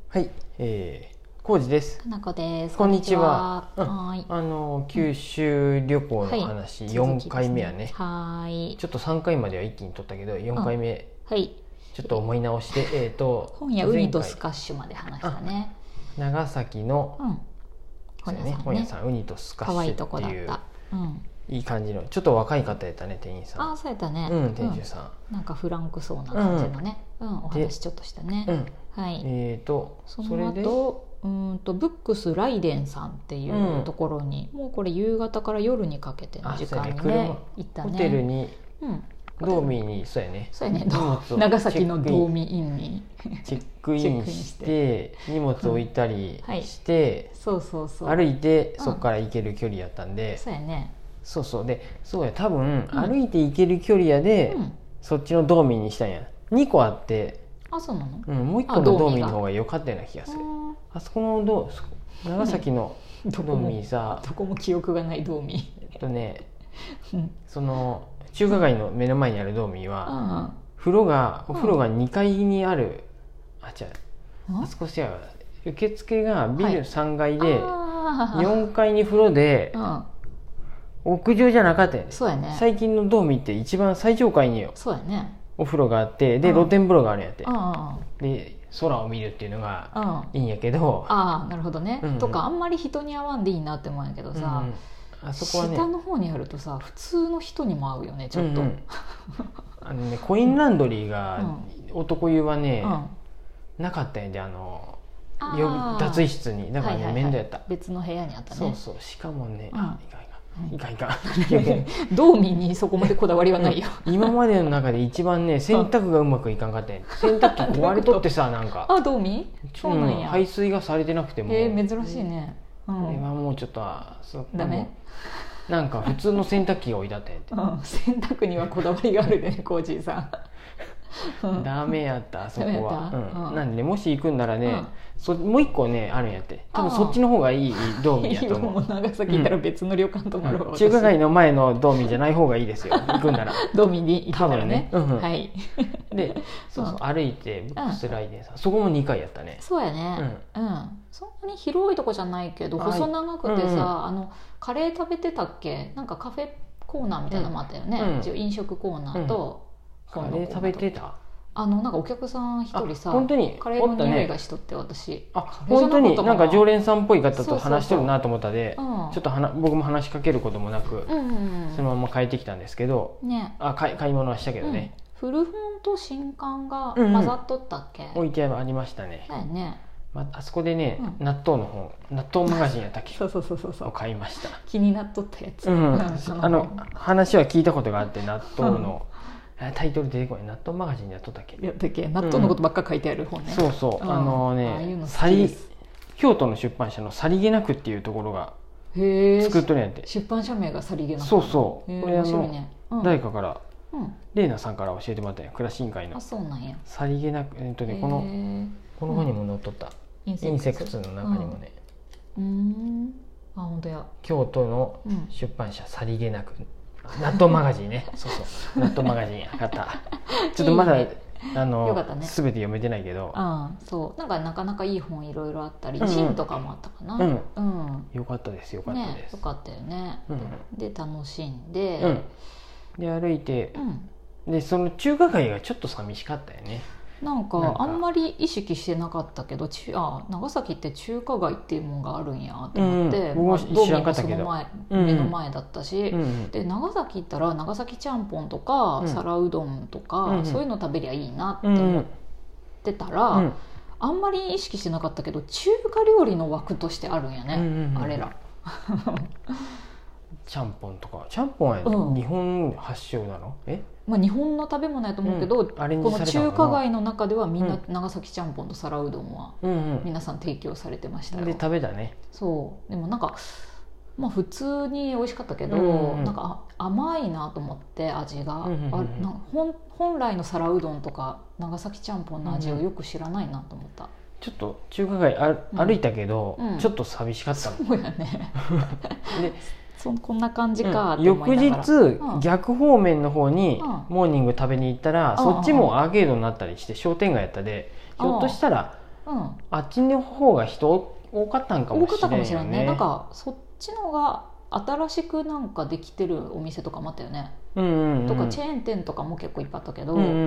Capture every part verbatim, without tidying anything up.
はい、えー、浩二です。 かなこです。 こんにちは。 こんにちは。はい。 あの九州旅行の話、 はい、 よんかいめやね。 はい。 ちょっとさんかいまでは一気に取ったけど、よんかいめ、 はい。 ちょっと思い直して、えっと本屋ウニとスカッシュまで話したね。 長崎の、 うん、 本屋さんね。本屋さんウニとスカッシュっていう。 可愛いとこだった。うん。 いい感じの、ちょっと若い方やったね、店員さん。 あ、そうやったね。 うん、店主さん。 うん、なんかフランクそうな感じのね。うん、うん、お話ちょっとしたね。 うん。 はい。 えっとその後うんとブックスライデンさんっていうところに、うん、もうこれ夕方から夜にかけての時間にね、ね行ったね。 ホテルに、 うん、 ドーミーにそうやね。 そうやね。長崎のドーミーインにチェックインして荷物置いたりして、 そうそうそう、 歩いてそこから行ける距離やったんで、 うん、そうやね。 そうそうで、そうや多分、うん、歩いて行ける距離やで、うん、そっちのドーミーにしたんや。にこあって、 あ、そうなの？ うん、もういっこのドーミーの方が良かったような気がする。あそこのド長崎のドーミーさ、 どこも記憶がないドーミー。 えっとね、その中華街の目の前にあるドーミーは、風呂がお風呂がにかいにある、あ、違う、あそこしや受付がビルさんがいで、よんかいに風呂で、屋上じゃなかったよね。 そうやね。 最近のドーミーって一番最上階によ、 そうやね、 お風呂があって、で露天風呂があるんやって、で空を見るっていうのがいいんやけど、 ああ、なるほどね、うんうん、とかあんまり人に会わんでいいなって思うんやけどさ、うん、あそこはね、下の方にあるとさ普通の人にも合うよね、ちょっと、うんうん、 あのね、コインランドリーが、うん、男湯はね、うん、なかったんやで、あの脱衣室にだからね、はいはいはい、面倒やった。 別の部屋にあったね。 そうそう、しかもね、うん、あ、意外いかんいかんドーミーにそこまでこだわりはないよ今までの中で一番ね、洗濯がうまくいかんかったん。洗濯機壊れとってさ、なんかあ、ドーミー、そうなんや、 排水がされてなくても、 えー、珍しいね、 うん、これはもうちょっとダメ、 なんか普通の洗濯機が置いてあったんやって、 うん、洗濯にはこだわりがあるね、コージーさんダメやった、あそこは、うんうん、なんで、ね、もし行くんならね、うん、そもう一個ねあるんやって、多分そっちの方がいいドーミーやと思う。 もう長崎行ったら別の旅館泊まるわ、 うん、中華街の前のドーミーじゃない方がいいですよ行くんならドーミーに行ったらね、 多分ね、うんうん、 はいで、そうそう、歩いてブックスライデンさん、そこもにかいやったね。 そうやね、うん、うん、そんなに広いとこじゃないけど細長くてさ、うんうん、あのカレー食べてたっけ、なんかカフェコーナーみたいなのもあったよね、うん、飲食コーナーと、 うん、カレー食べてた、 あのなんかお客さん一人さ、 本当にカレーの匂いがしとって、私、 あ、本当になんか常連さんっぽい方と話してるなと思ったで、ちょっとはな僕も話しかけることもなく、うんうんうん、そのまま帰ってきたんですけど、ね、あ、買い、買い物はしたけどね、 うん、古本と新刊が混ざっとったっけ、うんうん、 置いてありましたね。 だよね、 まあそこでね、うん、納豆の本、納豆マガジンやったっけそうそうそうそうそう、 を買いました。 気になっとったやつ、 うん、あの話は聞いたことがあって、納豆の、うん、タイトル出てこない、納豆マガジンでやっとったっけ、 やったっけ、納豆のことばっか書いてある本ね、 うん、そうそう、うん、あのね、さり京都の出版社のさりげなくっていうところが作っとるんやって。 出版社名がさりげなく、 そうそう、これあの、 ね、 うん、誰かから玲奈さんから教えてもらったんや、暮らし委員会の。 あ、そうなんや。 さりげなく、えっとね、このこの本にも載っとった、うん、インセクツの中にもね、 うん、うーん、あ、本当や、 京都の出版社さりげなく、納豆マガジンねそうそう、納豆マガジンやったちょっとまだいい、ね、あのよかったね、全て読めてないけど、 ああ、そう、なんかなかなかいい本いろいろあったり、ジンとかもあったかな、うんうん、 よかったです、よかったです、 ね、よかったよね、うん、で, で楽しんで、 うん、で歩いて、うん、でその中華街がちょっと寂しかったよね。 なんかあんまり意識してなかったけど、あ、長崎って中華街っていうもんがあるんやと思って、 うん、僕も知らんかったけど、 まあ、目の前だったし、うんうん、で長崎行ったら長崎ちゃんぽんとか、うん、皿うどんとか、うん、そういうの食べりゃいいなって思ってたら、うん、あんまり意識してなかったけど中華料理の枠としてあるんやね、うんうんうん、あれらちゃんぽんとか、ちゃんぽんは日本発祥なの？え？ まあ、日本の食べ物やと思うけど、うん、この中華街の中ではみんな長崎ちゃんぽんと皿うどんは皆さん提供されてましたよ、 で食べたね。 そうでもなんか、まあ、普通に美味しかったけど、うんうん、なんか甘いなと思って、味が、うんうんうん、あなんか 本, 本来の皿うどんとか長崎ちゃんぽんの味をよく知らないなと思った、うん、 ちょっと中華街あ、うん、歩いたけど、うん、ちょっと寂しかったもん。 そうやねでそこんな感じかって思いながら、翌日、うん、逆方面の方にモーニング食べに行ったら、うん、そっちもアーケードになったりして商店街やったで、ひょっとしたらうん、 あっちの方が人多かったんかもしれないよね。多かったかもしれないね。 なんかそっちのが新しくなんかできてるお店とかもあったよね、 うんうんうん、 とかチェーン店とかも結構いっぱいあったけど、 うんうんうんうん、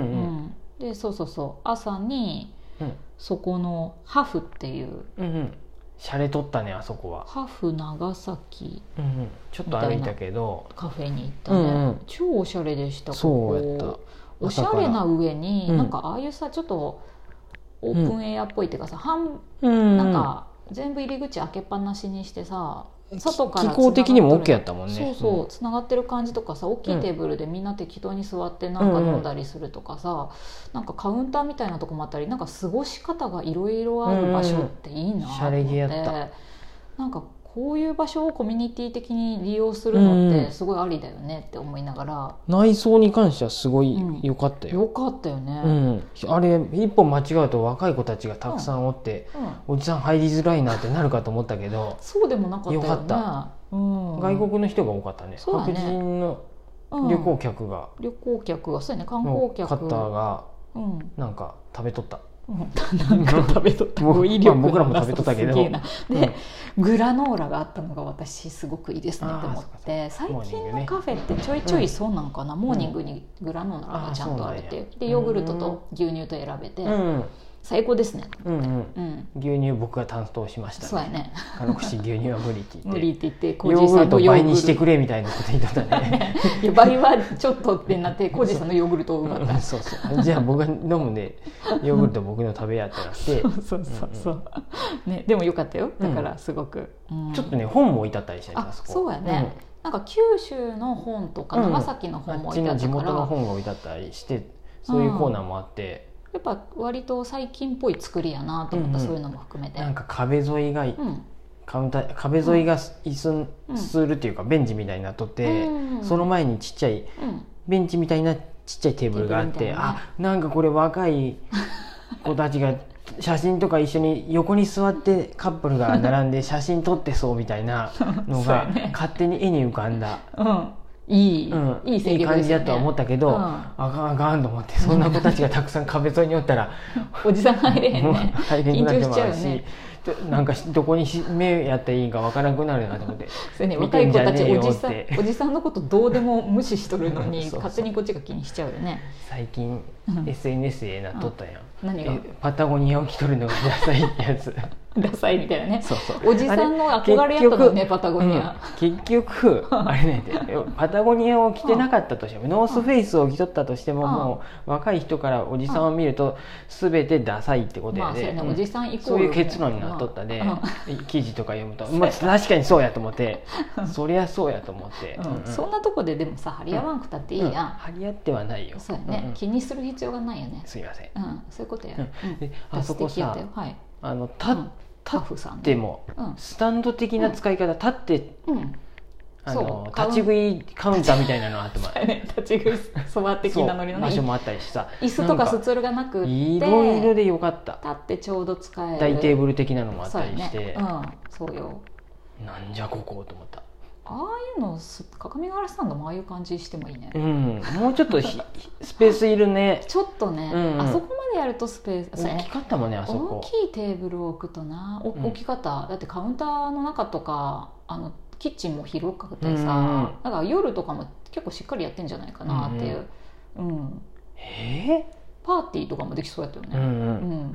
でそうそうそう朝に、うん、そこのハフっていう、 うんうん、シャレとったねあそこは。 ハフ長崎、 うんうん、ちょっと歩いたけどカフェに行ったね、うんうん、超おしゃれでした。 そうやった。 おしゃれな上に、うん、なんかああいうさちょっとオープンエアっぽいっていうかさ、半、うん、なんか全部入り口開けっぱなしにしてさ、外から気候的にも OK やったもんね。 そうそう、つながってる感じとかさ、大きいテーブルでみんな適当に座ってなんか飲んだりするとかさ、うんうん、なんかカウンターみたいなとこもあったり、なんか過ごし方がいろいろある場所っていいなと思って、 シャレ着やった。 なんかこういう場所をコミュニティ的に利用するのってすごいありだよねって思いながら、 うん、内装に関してはすごい良かったよ、 うん、良かったよね、 うん、あれ一歩間違うと若い子たちがたくさんおって、うんうん、おじさん入りづらいなってなるかと思ったけどそうでもなかったよね。 良かった、うん、外国の人が多かったね。 そうだね、 白人の旅行客が、 うん、旅行客はそうやね、観光客方がなんか食べとった、 うん、なんか食べとった語彙力僕らも食べとったけど、 で、うん、グラノーラがあったのが私すごくいいですねと思って。最近のカフェってちょいちょいそうなんかな、うん、モーニングにグラノーラがちゃんとあるっていう、でヨーグルトと牛乳と選べて、うん、最高ですね、 うんうんうん、牛乳僕が担当しましたね。 そうやね、 あの口牛乳は無理って言って無理って言ってコージーさんのヨーグルト倍にしてくれみたいなこと言ってたねいや倍はちょっとってなってコージーさんのヨーグルトを奪った、 うん、そうそうじゃあ僕が飲むんでヨーグルト僕の食べやってなってそうそうそうそう、うんうん、ね、でもよかったよ。だからすごく、 うん、ちょっとね本も置いてあったりしてあそこ。そうやね、うん、なんか九州の本とか長崎の本も置いてあったから、 うん、あっちの地元の本が置いてあったりしてそういうコーナーもあって、 やっぱ割と最近っぽい作りやなと思った、うんうん、そういうのも含めて。 なんか壁沿いが、うん、カウンター壁沿いが椅子、うん、スツールっていうかベンチみたいになっとって、うん、その前にちっちゃい、うん、ベンチみたいなちっちゃいテーブルがあって、ね、あ、なんかこれ若い子たちが写真とか一緒に横に座ってカップルが並んで写真撮ってそうみたいなのが勝手に絵に浮かんだ、 うん、いい、うん、いいいい感じだとは思ったけど、うん、あかんあかんと思って、そんな子たちがたくさん壁沿いにおったらおじさん入れへんね入れんくなってもあるし、ね、なんかどこに目やっていいかわからなくなるなと思ってそれ、ね、若い子たちおじさんおじさんのことどうでも無視しとるのにそうそう勝手にこっちが気にしちゃうよね。 最近、うん、エスエヌエス でなっとったやん、 うん、何がパタゴニアを着とるのがダサいってやつダサいみたいなね。 そうそうおじさんの憧れやったのね、パタゴニア、 うん、結局あれねパタゴニアを着てなかったとしても、ノースフェイスを着とったとしても、もう若い人からおじさんを見ると全てダサいってことやで、 まあそうね、おじさんイコールそういう結論になっとったで、記事とか読むと、まあ、確かにそうやと思ってそりゃそうやと思って、 うんうん、そんなとこででもさ張り合わんくたっていいやん、うん、 張り合ってはないよ。 そうやね、うんうん、気にする必要がないよね。 すいません、 うん、そういうことや、うん、 であそこさ、 はい、 あのた、うん立っても、うん、スタンド的な使い方、うん、立って、うん、あの立ち食いカウンターみたいなのあっても立ち食いそば的なノリの、ね、 場所もあったりしてさ、 椅子とかスツールがなくていろいろでよかった。 立ってちょうど使える大テーブル的なのもあったりして、 そう、ね、うん、そうよ。 なんじゃここと思った。 ああいうの鏡ヶ原スタンドもああいう感じしてもいいね、 うん、もうちょっとスペースいるねちょっとね、うんうん、あそこまでやるとスペース大きかったもんね、あそこ大きいテーブルを置くとな、お、うん、大きかった。だってカウンターの中とかあのキッチンも広くてさ、うんうん、だから夜とかも結構しっかりやってんじゃないかなっていう、うんうん、 えー、パーティーとかもできそうやったよね、 うんうんうん、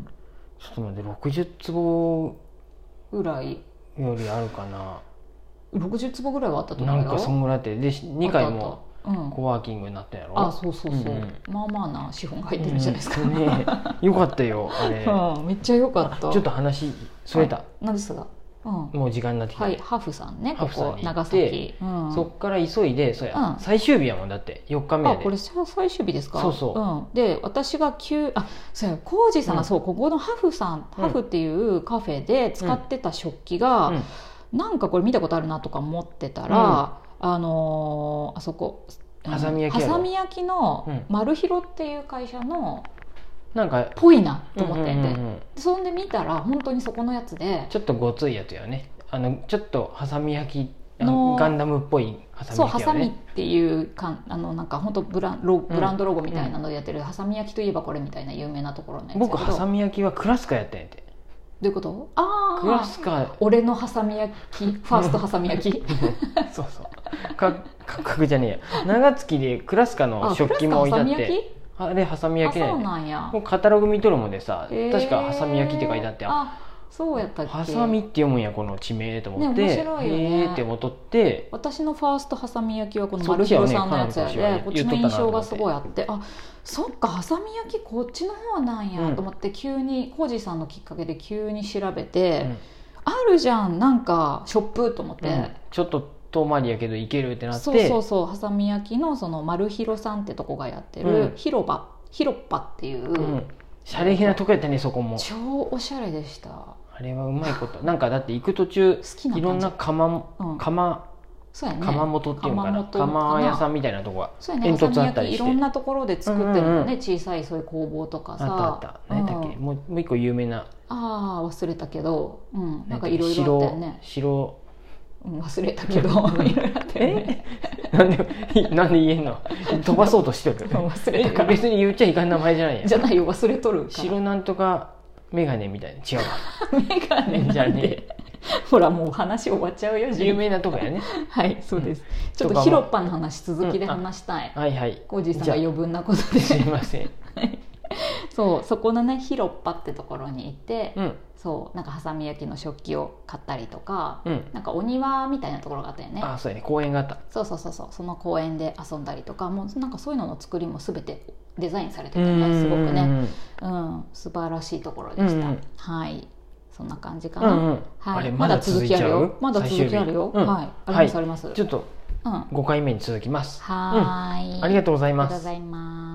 ちょっと待って、ろくじゅう坪ぐらいよりあるかな。 ろくじゅう坪ぐらいはあったと思うよ。 なんかそんぐらいあって、でにかいもコワーキングになったんやろ。 あ、そうそうそう、うんうん、まあまあな資本が入ってるじゃないですか、 うんね、よかったよあれ、 うん、めっちゃよかった。 ちょっと話それた。 何ですか、うん、 もう時間になってきた、 はい、ハフさんね、ここ長崎、うん、 そっから急いで、そうや、うん、最終日やもんだって、よっかめやで。 あ、これ最終日ですか。 そうそう、 うん、で私が急あそうや、浩二さんが、うん、そうここのハフさん、うん、ハフっていうカフェで使ってた食器が、うんうん、なんかこれ見たことあるなとか思ってたら、うん、あのー、あそこはさみ焼きやろ、 はさみ焼きのマルヒロっていう会社のなんかぽいなと思ってて、うんうんうんうん、そんで見たら本当にそこのやつでちょっとごついやつよね。あのちょっとはさみ焼きのガンダムっぽいはさみ焼き、ね、そうはさみっていうかあのなんか本当ブランロブランドロゴみたいなのでやってる、うん、はさみ焼きといえばこれみたいな有名なところのやつ。僕はさみ焼きはクラスカやったんやて。 どういうこと？ああ、 クラスカ俺のハサミ焼き、ファーストハサミ焼きそうそうか価格じゃねえや、長月でクラスカの食器も置いてあって、あれハサミ焼きだよね。 あ、そうなんや。 もうカタログ見とるもんでさ、確かハサミ焼きって書いてあって、 あ、そうやったっけ。 ハサミって読むんやこの地名と思って、 ね、面白いよね。 へーって思っとって、 私のファーストハサミ焼きはこの丸広さんのやつやで、ね、こっちの印象がすごいあって、あ、そっかハサミ焼きこっちの方なんやと思って、うん、急にコージーさんのきっかけで急に調べて、うん、あるじゃんなんかショップと思って、うん、 ちょっと遠回りやけど行けるってなって、 そうそうそう、ハサミ焼きのその丸広さんってとこがやってる、うん、広場広っぱっていう、うん、 シャレげなとこやったね。そこも超おしゃれでした。 あれはうまいことなんかだって行く途中好きないろんな窯、うん、窯そうやね、 窯元っていうのかな、窯屋さんみたいなとこが煙突あったりして、いろんなところで作ってるのね、うんうん、小さいそういう工房とかさ、 あったあった、何だっけ、うん、もうもう一個有名な、 ああ忘れたけど、うん、なんかいろいろあったよね。 白、 うん、忘れたけどいろいろあったよね。 なんでなんで言えんの飛ばそうとしてる忘れたから別に言っちゃいかん名前じゃないやじゃないよ、忘れとるから。 白なんとかメガネみたいな、違うわメガネじゃねえほらもう話終わっちゃうよ。 有名なとこやねはいそうです、うん、ちょっと広っぱの話続きで話したい、 うん、はいはい、 コージーさんが余分なことですいませんそう、そこのね広っぱってところに行って、 うん、 そうなんかハサミ焼きの食器を買ったりとか、 うん、 なんかお庭みたいなところがあったよね。 あ、そうやね、公園があった。 そうそうそうそう、その公園で遊んだりとか、もうなんかそういうのの作りも全てデザインされててね、すごくね、うん、素晴らしいところでした、うんうん、はい、そんな感じかな、うんうん、はい、あれまだ続きあるよ。まだ続きあるよ、うん、はい、ありますあります、 ちょっとごかいめに続きます。 はい、 うん、ありがとうございます。 ありがとうございます。